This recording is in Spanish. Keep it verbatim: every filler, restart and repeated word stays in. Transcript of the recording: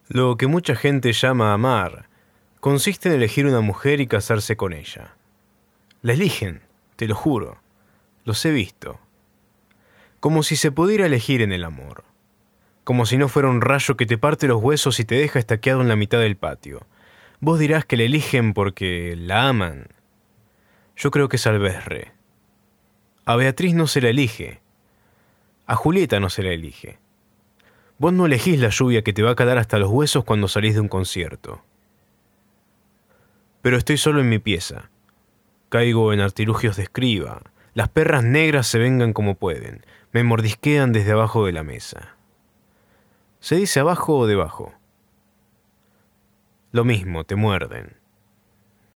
Lo que mucha gente llama amar consiste en elegir una mujer y casarse con ella. La eligen, te lo juro, los he visto. Como si se pudiera elegir en el amor. Como si no fuera un rayo que te parte los huesos y te deja estaqueado en la mitad del patio. Vos dirás que la eligen porque la aman. Yo creo que es al berre. A Beatriz no se la elige. A Julieta no se la elige. Vos no elegís la lluvia que te va a calar hasta los huesos cuando salís de un concierto. Pero estoy solo en mi pieza. Caigo en artilugios de escriba. Las perras negras se vengan como pueden. Me mordisquean desde abajo de la mesa. ¿Se dice abajo o debajo? Lo mismo, te muerden.